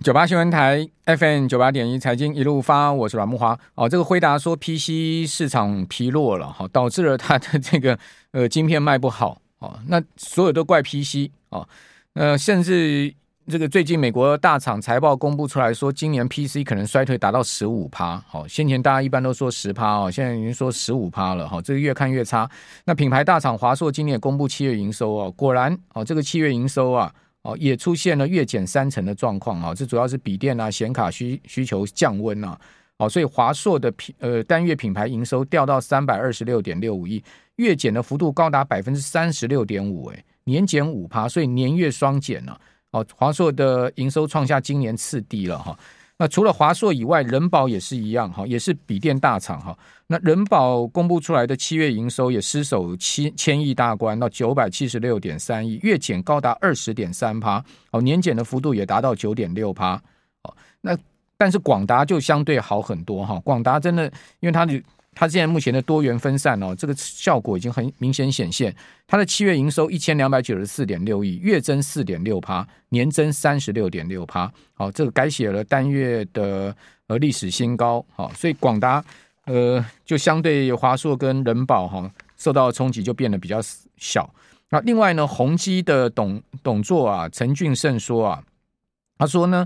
98新闻台 FM 98.1财经一路发，我是阮木华。这个辉达说 PC 市场疲弱了，导致了它的这个晶片卖不好，那所有都怪 PC 甚至这个最近美国大厂财报公布出来说，今年 PC 可能衰退达到 15%， 先前大家一般都说 10%， 现在已经说 15% 了，这个越看越差。那品牌大厂华硕今年也公布7月营收，果然这个7月营收也出现了月减30%的状况，这主要是笔电显卡需求降温所以华硕的单月品牌营收掉到 326.65 亿，月减的幅度高达 36.5%， 年减 5%， 所以年月双减华硕的营收创下今年次低了那除了华硕以外，仁宝也是一样也是笔电大厂那仁宝公布出来的7月营收也失守1000亿大关到 976.3 亿，月减高达 20.3%， 年减的幅度也达到 9.6%。 那但是广达就相对好很多广达真的因为它现在目前的多元分散这个效果已经很明显显现。它的7月营收 1294.6 亿，月增 4.6%， 年增 36.6%， 这个改写了单月的历史新高所以广达就相对华硕跟仁宝受到的冲击就变得比较小。那另外呢，宏基的董座陈俊盛说他说呢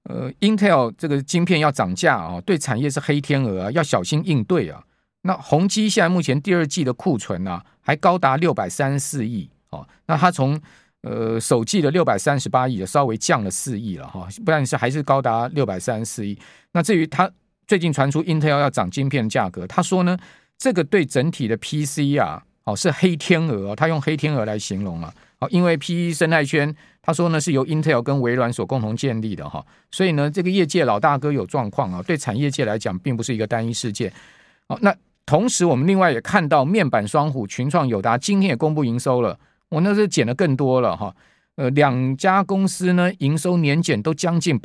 Intel 这个晶片要涨价对产业是黑天鹅要小心应对那宏基现在目前第二季的库存还高达634亿那它从首季的638亿稍微降了4亿了不然是还是高达634亿。那至于它最近传出 Intel 要涨晶片价格，他说呢这个对整体的 PC 是黑天鹅他用黑天鹅来形容因为 PC 生态圈他说呢是由 Intel 跟微软所共同建立的所以呢这个业界老大哥有状况对产业界来讲并不是一个单一事件那同时我们另外也看到面板双虎群创友达今天也公布营收了，那是减了更多了两家公司呢营收年减都将近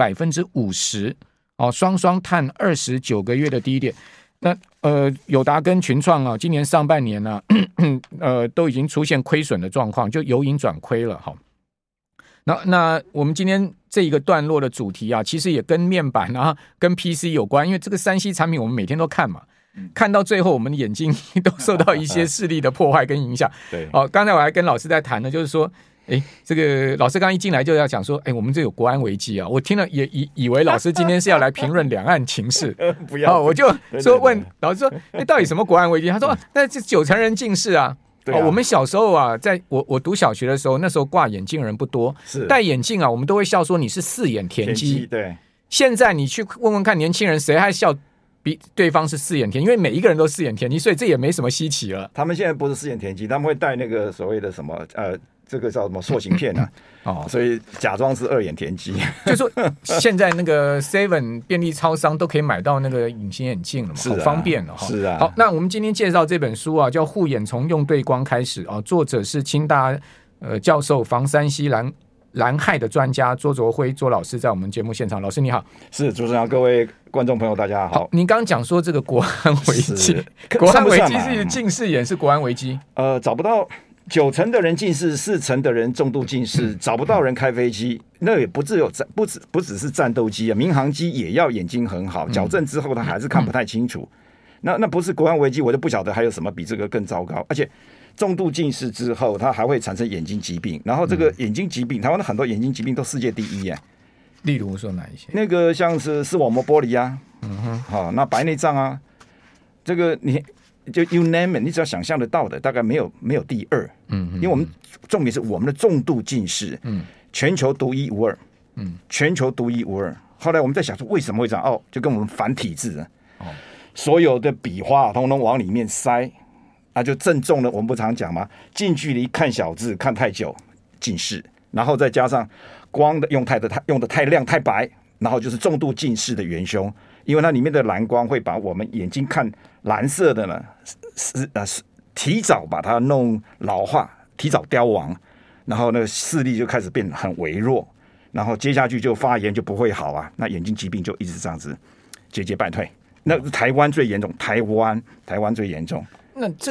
50%双双探29个月的低点。那友达跟群创今年上半年都已经出现亏损的状况，就由盈转亏了那我们今天这一个段落的主题其实也跟面板跟 PC 有关，因为这个 3C 产品我们每天都看嘛，看到最后我们的眼睛都受到一些视力的破坏跟影响。 对， 刚才我还跟老师在谈的就是说这个老师刚一进来就要讲说我们这有国安危机我听了也以为老师今天是要来评论两岸情势不要我就说问老师说到底什么国安危机？他说那这90%人近视我们小时候在我读小学的时候，那时候挂眼镜的人不多，戴眼镜我们都会笑说你是四眼田鸡。 对， 现在你去问问看年轻人谁还笑比对方是四眼田，因为每一个人都四眼田鸡，所以这也没什么稀奇了。 他们现在不是四眼田鸡，他们会戴那个所谓的什么这个叫什么塑形片所以假装是2眼田鸡。 就说现在那个 Seven 便利超商都可以买到那个隐形眼镜了嘛，好方便了是啊。 好，那我们今天介绍这本书叫《护眼从用对光开始》作者是清大教授防3C蓝害的专家卓卓辉卓老师，在我们节目现场。老师你好。 是主持人，各位观众朋友大家好。 您刚刚讲说这个国安危机，国安危机是近视眼是国安危机找不到90%的人近视，4%的人重度近视，找不到人开飞机，那也不只是战斗机民航机也要眼睛很好，矫正之后他还是看不太清楚。那不是国安危机，我就不晓得还有什么比这个更糟糕。而且重度近视之后，它还会产生眼睛疾病，然后这个眼睛疾病，台湾的很多眼睛疾病都世界第一例如说哪一些？ 那个像是视网膜剥离那白内障这个你就 you name it， 你只要想象得到的，大概没有第二。因为我们重点是我们的重度近视，全球独一无二，全球独一无二。后来我们在想说为什么会这样就跟我们反体制所有的笔画通通往里面塞就正中了我们不常讲吗？近距离看小字看太久近视，然后再加上光的用的太亮太白，然后就是重度近视的元凶。因为它里面的蓝光会把我们眼睛看蓝色的呢提早把它弄老化，提早凋亡，然后那个视力就开始变得很微弱，然后接下去就发炎就不会好那眼睛疾病就一直这样子节节败退。那台湾最严重，台湾最严重。 那这个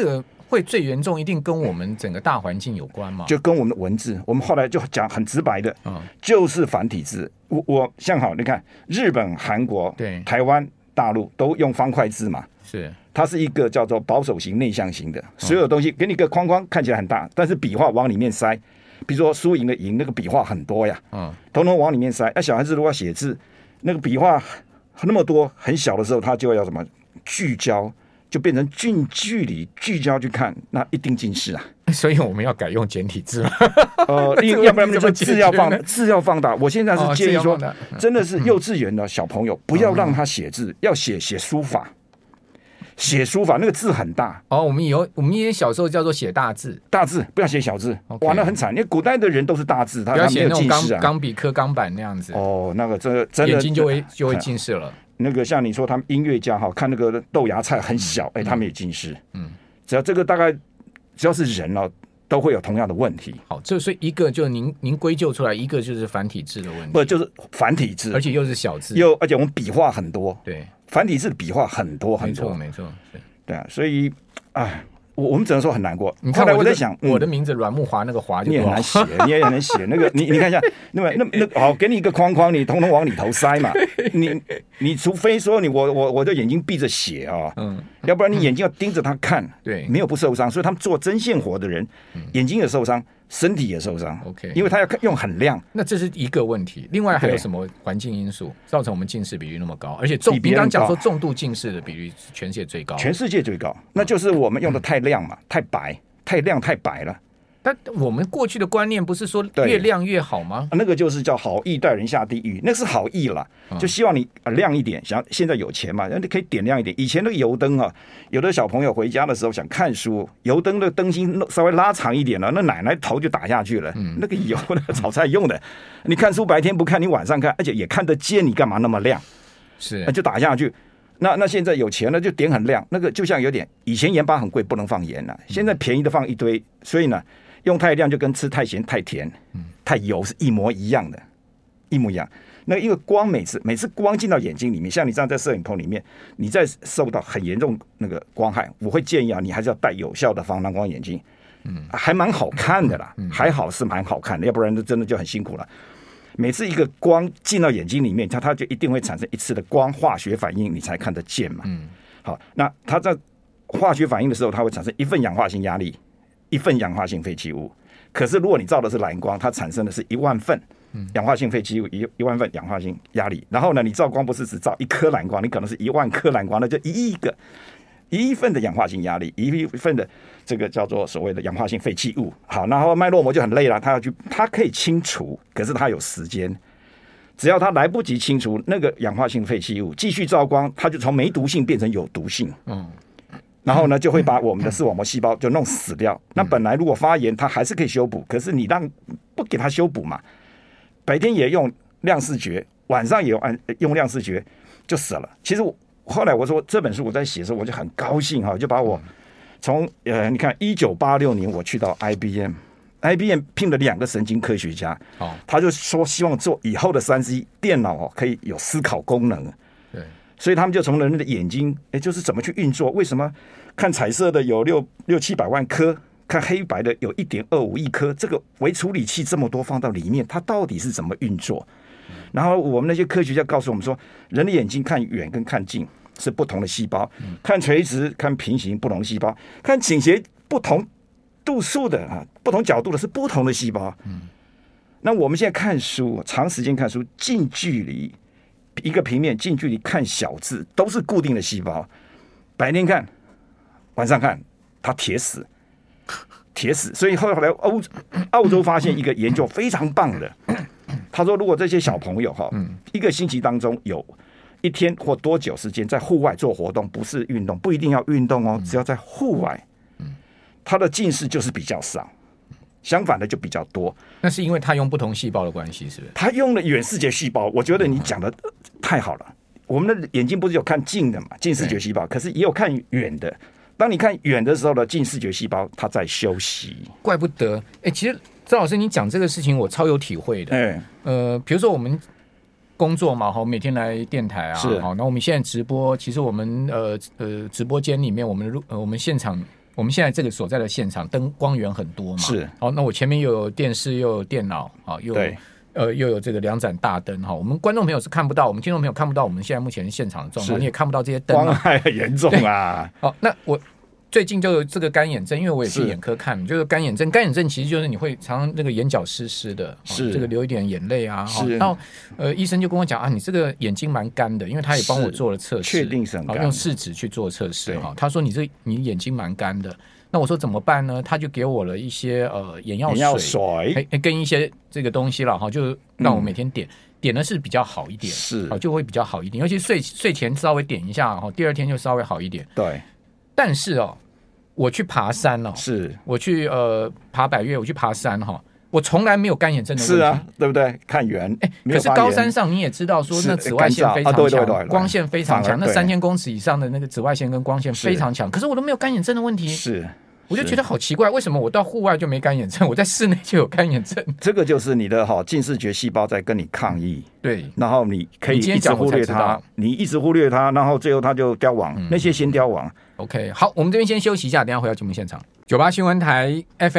会最严重，一定跟我们整个大环境有关嘛？ 就跟我们的文字，我们后来就讲很直白的，就是繁体字。我像好，你看日本、韩国、 对台湾、大陆都用方块字嘛， 是它是一个叫做保守型、内向型的，所有东西给你一个框框，看起来很大，但是笔画往里面塞。比如说输赢的赢，那个笔画很多呀，统统往里面塞。小孩子如果要写字，那个笔画那么多，很小的时候他就要什么聚焦，就变成近距离聚焦去看，那一定近视啊。 所以我们要改用简体字了。 要不然就字要放大。我现在是建议说，真的是幼稚园的小朋友不要让他写字，要写书法。写书法那个字很大我们以前小时候叫做写大字， 不要写小字，哇，那很惨。因为古代的人都是大字，他不要写那种钢笔刻钢板那样子。 那个真的眼睛就会近视了。 那个像你说他们音乐家看那个豆芽菜很小，他们也近视。只要这个大概只要是人都会有同样的问题。 好，所以一个就您归咎出来，一个就是繁体字的问题。 不就是繁体字， 而且又是小字， 而且我们笔画很多。 对。 繁体字的笔画很多很多， 没错， 对啊，所以我们只能说很难过。 你看，我在想，我的名字阮木华那个华就你也很难写，你也很难写。那个你看一下，那好，给你一个框框，你统统往里头塞嘛。你除非说我的眼睛闭着写要不然你眼睛要盯着它看， 对， 没有不受伤。所以他们做针线活的人，眼睛也受伤，身体也受伤。 OK， 因为他要用很亮。 那这是一个问题。另外还有什么环境因素造成我们近视比率那么高？而且您刚讲说重度近视的比率全世界最高， 全世界最高，那就是我们用的太亮嘛，太白，太亮太白了。 但我们过去的观念不是说越亮越好吗？ 那个就是叫好意待人下地狱，那是好意啦，就希望你亮一点。现在有钱嘛，你可以点亮一点。以前那个油灯有的小朋友回家的时候想看书，油灯的灯芯稍微拉长一点了，那奶奶头就打下去了。那个油那个炒菜用的，你看书白天不看，你晚上看，而且也看得见，你干嘛那么亮？ 是就打下去。那现在有钱了就点很亮，那个就像有点以前盐巴很贵不能放盐了，现在便宜的放一堆，所以呢用太亮就跟吃太咸太甜太油是一模一样的，一模一样。那因为光每次光进到眼睛里面，像你这样在摄影棚里面，你再受到很严重那个光害，我会建议你还是要戴有效的防蓝光眼镜，还蛮好看的啦，还好是蛮好看的，要不然真的就很辛苦了。每次一个光进到眼睛里面，它就一定会产生一次的光化学反应，你才看得见嘛。好，那它在化学反应的时候，它会产生一份氧化性压力，一份氧化性废弃物。可是如果你照的是蓝光，它产生的是10000份氧化性废弃物，10000份氧化性压力。然后呢，你照光不是只照一颗蓝光，你可能是10000颗蓝光，那就1亿份的氧化性压力，1亿份的这个叫做所谓的氧化性废弃物。好，然后脉络膜就很累了，它可以清除，可是它有时间。只要它来不及清除那个氧化性废弃物，继续照光，它就从没毒性变成有毒性。然后呢，就会把我们的视网膜细胞就弄死掉。那本来如果发炎，它还是可以修补，可是你不给它修补嘛？白天也用亮视觉，晚上也用亮视觉，就死了。其实后来我说这本书我在写的时候，我就很高兴就把我从你看1986年我去到 IBM 聘了2个神经科学家，他就说希望做以后的3C 电脑可以有思考功能。 对。 所以他们就从人的眼睛，就是怎么去运作？为什么看彩色的有600-700万颗，看黑白的有1.25亿颗？这个微处理器这么多放到里面，它到底是怎么运作？然后我们那些科学家告诉我们说，人的眼睛看远跟看近是不同的细胞，看垂直、看平行不同的细胞，看倾斜不同度数的不同角度的是不同的细胞。那我们现在看书，长时间看书，近距离。一个平面近距离看小字都是固定的细胞，白天看晚上看它铁死。所以后来澳洲发现一个研究非常棒的，他说如果这些小朋友一个星期当中有1天或多久时间在户外做活动，不是运动，不一定要运动只要在户外，他的近视就是比较少，相反的就比较多。 那是因为他用不同细胞的关系，是不是？ 他用了远视觉细胞，我觉得你讲的太好了。我们的眼睛不是有看近的嘛，近视觉细胞，可是也有看远的。当你看远的时候呢，近视觉细胞它在休息。 怪不得，其实赵老师你讲这个事情我超有体会的。比如说我们工作嘛，每天来电台啊，好，那我们现在直播，其实我们直播间里面我们现场我们现在这个所在的现场灯光源很多嘛， 是。 那我前面又有电视，又有电脑，又有这个2盏大灯，我们观众朋友是看不到，我们听众朋友看不到我们现在目前现场的状况，你也看不到这些灯， 光害很严重啊。 那我最近就有这个干眼症，因为我也去眼科看，就是干眼症。干眼症其实就是你会常常那个眼角湿湿的，这个流一点眼泪啊。然后医生就跟我讲你这个眼睛蛮干的，因为他也帮我做了测试， 确定是很干， 用试纸去做测试他说你眼睛蛮干的。那我说怎么办呢？他就给我了一些眼药水，跟一些这个东西了就让我每天点的是比较好一点， 是就会比较好一点。尤其睡前稍微点一下第二天就稍微好一点。 对， 但是我去爬山是我去爬百岳，我去爬山我从来没有干眼症的问题， 是啊，对不对？看远， 可是高山上你也知道说那紫外线非常强，对，光线非常强，那3000公尺以上的那个紫外线跟光线非常强，可是我都没有干眼症的问题， 是。 我就觉得好奇怪，为什么我到户外就没干眼症，我在室内就有干眼症？ 这个就是你的近视觉细胞在跟你抗议， 对， 然后你可以一直忽略它，你一直忽略它，然后最后它就凋亡，那些先凋亡。 OK， 好，我们这边先休息一下，等一下回到节目现场。98新闻台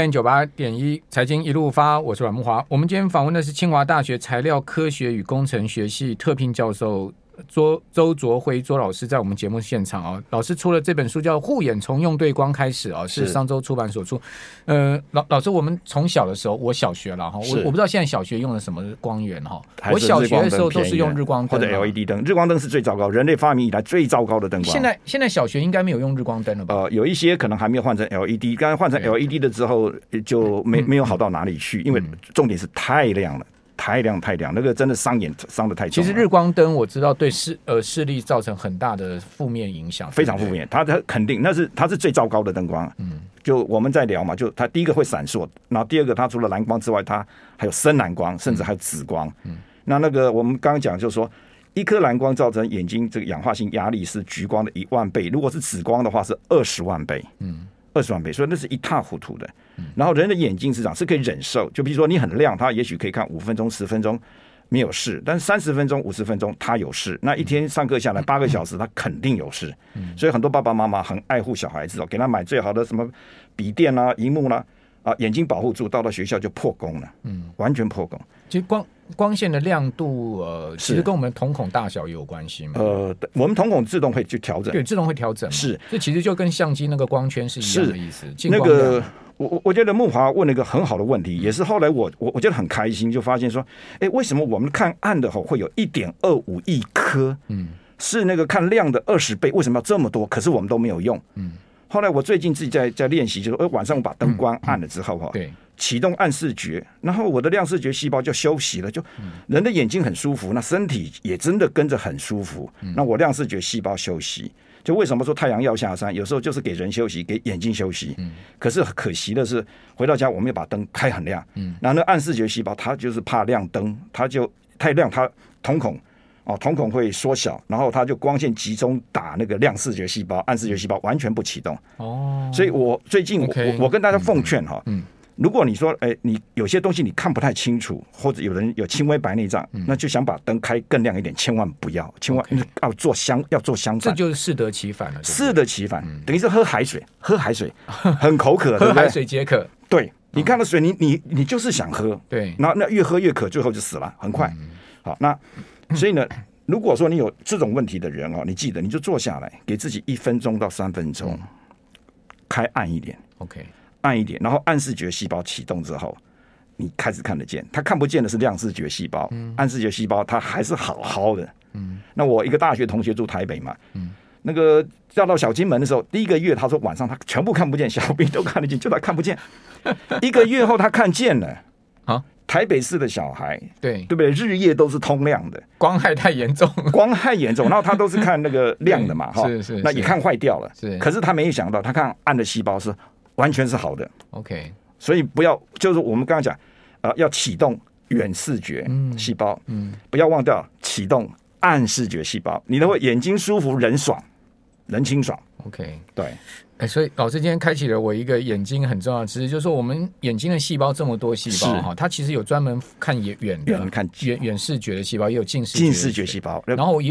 FM98.1 财经一路发，我是阮慕骅。我们今天访问的是清华大学材料科学与工程学系特聘教授周卓辉周老师，在我们节目现场老师出了这本书叫《护眼从用对光开始》是商周出版所出。老师，我们从小的时候，我小学了我不知道现在小学用的什么光源我小学的时候都是用日光灯或者 LED 灯，日光灯是最糟糕，人类发明以来最糟糕的灯光。 现在小学应该没有用日光灯了吧？ 有一些可能还没有换成 LED， 刚才换成 LED 的之后就没有好到哪里去，因为重点是太亮了。太亮，那个真的伤眼伤得太重了。 其实日光灯我知道对视力造成很大的负面影响， 非常负面。它肯定它是最糟糕的灯光。就我们在聊嘛，就它第一个会闪烁，然后第二个它除了蓝光之外，它还有深蓝光，甚至还有紫光。那个我们刚刚讲就是说，一颗蓝光造成眼睛这个氧化性压力是橘光的1万倍，如果是紫光的话是20万倍。20万倍，所以那是一塌糊涂的。然后人的眼睛是这样，是可以忍受，就比如说你很亮，他也许可以看5分钟、10分钟没有事，但是30分钟、50分钟他有事。那一天上课下来8个小时，他肯定有事。所以很多爸爸妈妈很爱护小孩子给他买最好的什么笔电啊、萤幕啦眼睛保护住，到学校就破功了。完全破功。 其实光线的亮度其实跟我们瞳孔大小也有关系嘛。 我们瞳孔自动会去调整， 对，自动会调整。是，这其实就跟相机那个光圈是一样的意思。 那个我觉得慕骅问了一个很好的问题，也是后来我觉得很开心，就发现说，为什么我们看暗的会有1.25亿颗？是那个看亮的20倍，为什么要这么多？可是我们都没有用。后来我最近自己在练习，就是晚上我把灯关暗了之后对，启动暗视觉，然后我的亮视觉细胞就休息了，就人的眼睛很舒服，那身体也真的跟着很舒服。那我亮视觉细胞休息，就为什么说太阳要下山，有时候就是给人休息，给眼睛休息。可是可惜的是，回到家我们要把灯开很亮，然后那暗视觉细胞它就是怕亮灯，它就太亮，它瞳孔会缩小，然后它就光线集中打那个亮视觉细胞，暗视觉细胞完全不启动。所以我最近我跟大家奉劝如果你说你有些东西你看不太清楚，或者有人有轻微白内障，那就想把灯开更亮一点，千万不要，千万要做相反， 这就是适得其反了。 适得其反，等于是喝海水很口渴， 喝海水解渴。 对，你看到水你就是想喝， 对， 那越喝越渴，最后就死了，很快。好，那所以呢，如果说你有这种问题的人你记得你就坐下来，给自己1分钟到3分钟，开暗一点 ，OK， 暗一点，然后暗视觉细胞启动之后，你开始看得见。它看不见的是亮视觉细胞，暗视觉细胞它还是好好的。那我一个大学同学住台北嘛，那个调到小金门的时候，第1个月他说晚上他全部看不见，小兵都看得见，就他看不见。1个月后他看见了啊。台北市的小孩，对不对？日夜都是通亮的， 光害太严重， 然后他都是看那个亮的嘛， 是， 那也看坏掉了， 是。 可是他没想到，他看暗的细胞是完全是好的 ，OK。 所以不要，就是我们刚刚讲，要启动远视觉细胞，不要忘掉启动暗视觉细胞，你的眼睛舒服，人爽，人清爽 ，OK， 对。 所以老师今天开启了我一个眼睛很重要的知识，就是说我们眼睛的细胞这么多细胞它其实有专门看远视觉的细胞，也有近视觉细胞， 然后也有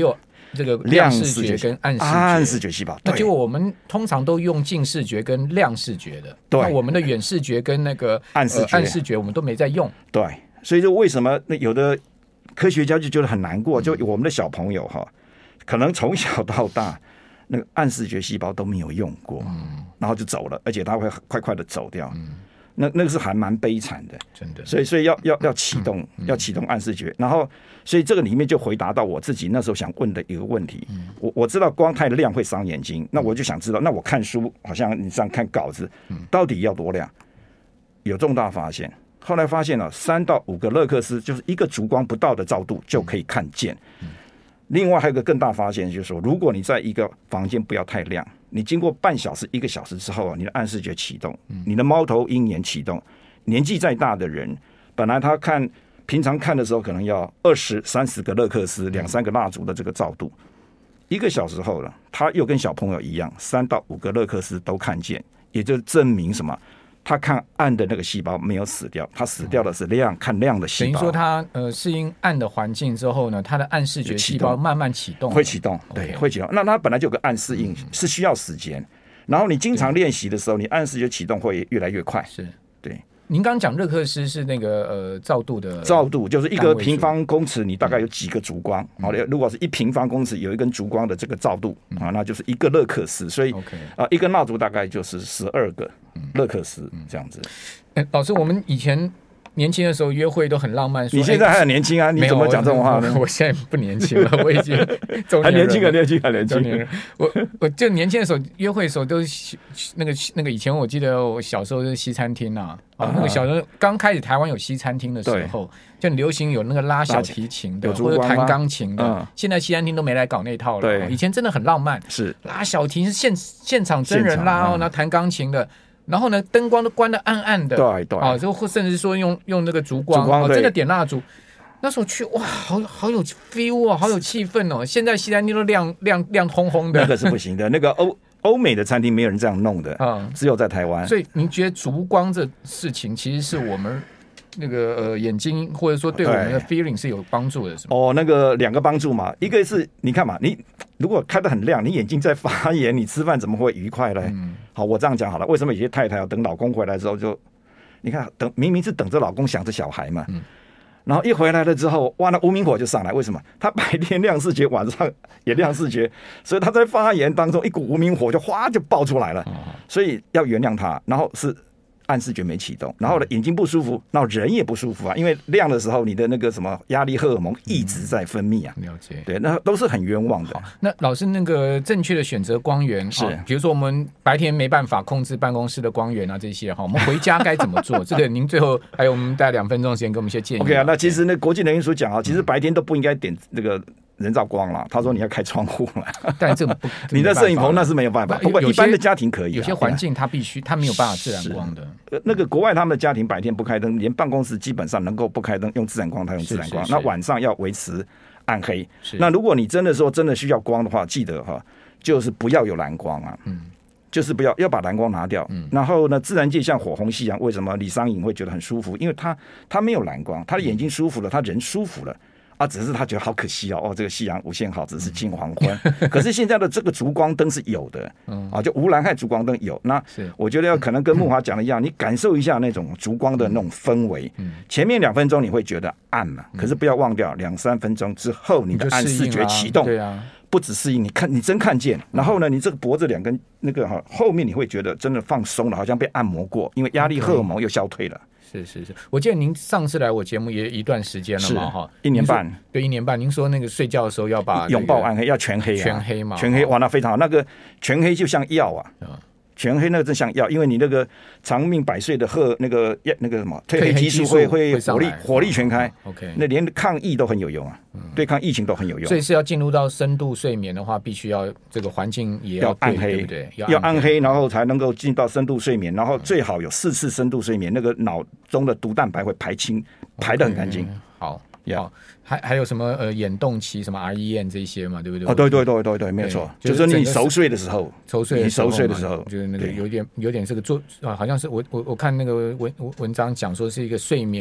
这个亮视觉跟暗视觉细胞。 那结果我们通常都用近视觉跟亮视觉的，那我们的远视觉跟那个暗视觉我们都没在用。 对，所以就为什么有的科学家就觉得很难过，就我们的小朋友可能从小到大那个暗视觉细胞都没有用过，然后就走了，而且他会快快的走掉。那个是还蛮悲惨的， 真的。 所以要启动，要启动暗视觉，然后所以这个里面就回答到我自己那时候想问的一个问题。我知道光太亮会伤眼睛，那我就想知道，那我看书好像你这样看稿子，到底要多亮？有重大发现，后来发现了3到5个勒克斯，就是一个烛光不到的照度就可以看见。另外还有一个更大发现，就是说，如果你在一个房间不要太亮，你经过半小时、1个小时之后，你的暗视觉启动，你的猫头鹰眼启动。年纪再大的人，本来他平常看的时候可能要20、30个勒克斯，2、3个蜡烛的这个照度，1个小时后了，他又跟小朋友一样，3到5个勒克斯都看见，也就证明什么？他看暗的那个细胞没有死掉，他死掉的是看亮的细胞。 等于说他适应暗的环境之后呢，他的暗视觉细胞慢慢启动， 会启动，对，会启动。那他本来就有个暗适应，是需要时间。然后你经常练习的时候，你暗视觉启动会越来越快。 是， 对。 您刚刚讲勒克斯是那个照度的， 照度就是一个平方公尺，你大概有几个烛光。好，如果是1平方公尺有一根烛光的这个照度那就是1个勒克斯。所以一根蜡烛大概就是12个勒克斯这样子。 老师，我们以前年轻的时候约会都很浪漫， 你现在还很年轻啊？你怎么讲这种话呢？ 我现在不年轻了，我已经还年轻，还年轻。 我就年轻的时候约会的时候都是那个以前我记得我小时候是西餐厅那个小时候刚开始台湾有西餐厅的时候，就很流行有那个拉小提琴的或者弹钢琴的。现在西餐厅都没来搞那套了。以前真的很浪漫，是拉小提是现场真人拉然后弹钢琴的。然后呢，灯光都关得暗暗的， 对， 就甚至说用那个烛光，真的点蜡烛。那时候去哇，好有 feel 好有气氛现在西餐厅都亮烘烘的， 那个是不行的。那个欧美的餐厅没有人这样弄的，只有在台湾。 所以您觉得烛光这事情其实是我们那个眼睛或者说对我们的 feeling 是有帮助的，是吗？ 那个2个帮助嘛，一个是你看嘛，你如果开得很亮，你眼睛在发炎，你吃饭怎么会愉快呢？好，我这样讲好了。为什么有些太太要等老公回来之后就，你看明明是等着老公想着小孩嘛，然后一回来了之后，哇，那无名火就上来。为什么？他白天亮视觉，晚上也亮视觉，所以他在发炎当中一股无名火就哗就爆出来了。所以要原谅他，然后是暗视觉没启动，然后呢眼睛不舒服，然后人也不舒服因为亮的时候你的那个什么压力荷尔蒙一直在分泌了解， 对，那都是很冤枉的。 那老师那个正确的选择光源是，比如说我们白天没办法控制办公室的光源这些我们回家该怎么做？这个您最后还有我们大概2分钟的时间给我们一些建议。 OK 那其实那国际能源署讲其实白天都不应该点那个人造光了，他说你要开窗户了， 但这不你的摄影棚那是没有办法。不过一般的家庭可以， 有些环境它没有办法自然光的。 那个国外他们的家庭白天不开灯，连办公室基本上能够不开灯，用自然光，他用自然光。那晚上要维持暗黑。那如果你真的说真的需要光的话，记得就是不要有蓝光就是要把蓝光拿掉。然后呢，自然界像火红夕阳，为什么李商隐会觉得很舒服？因为他没有蓝光，他的眼睛舒服了，他人舒服了。只是他觉得好可惜这个夕阳无限好，只是近黄昏。可是现在的这个烛光灯是有的就无蓝害烛光灯有。那我觉得可能跟慕骅讲的一样，你感受一下那种烛光的那种氛围。前面2分钟你会觉得暗嘛，可是不要忘掉2、3分钟之后你的暗视觉启动，不只适应，你真看见。然后呢，你这个脖子2根那个后面你会觉得真的放松了，好像被按摩过，因为压力荷尔蒙又消退了。 是，我记得您上次来我节目也一段时间了嘛 1年半。 对，1年半。您说那个睡觉的时候要把拥抱暗黑，要全黑全黑嘛， 全黑哇，那非常好。那个全黑就像药全黑那个真像药，因为你那个长命百岁的那个什么褪黑激素会火力全开。 OK， 那连抗疫都很有用对抗疫情都很有用。 所以是要进入到深度睡眠的话，必须要这个环境也要暗黑， 对不对？ 要暗黑，然后才能够进到深度睡眠，然后最好有4次深度睡眠，那个脑中的毒蛋白会排得很干净。 好。还有什么眼动期什么 REM 这些嘛，对不对？ 对，没有错，就是你熟睡的时候， 就是那个有点是个好像是我看那个文章讲说是一个睡眠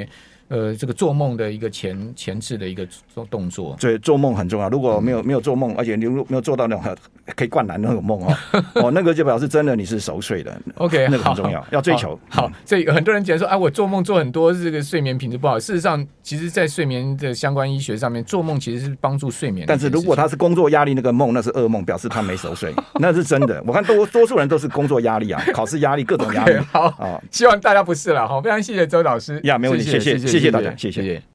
这个做梦的一个前置的一个动作。 对，做梦很重要。如果没有做梦，而且你没有做到那种可以灌篮那种梦那个就表示真的你是熟睡的。 OK， 那个很重要，要追求。 好，所以很多人觉得说，我做梦做很多，这个睡眠品质不好。事实上，其实，在睡眠的相关医学上面，做梦其实是帮助睡眠。 但是如果他是工作压力那个梦，那是噩梦，表示他没熟睡，那是真的。我看多数人都是工作压力啊，考试压力，各种压力。 好，希望大家不是了。好，非常谢谢周老师。 没问题，谢谢大家，谢谢。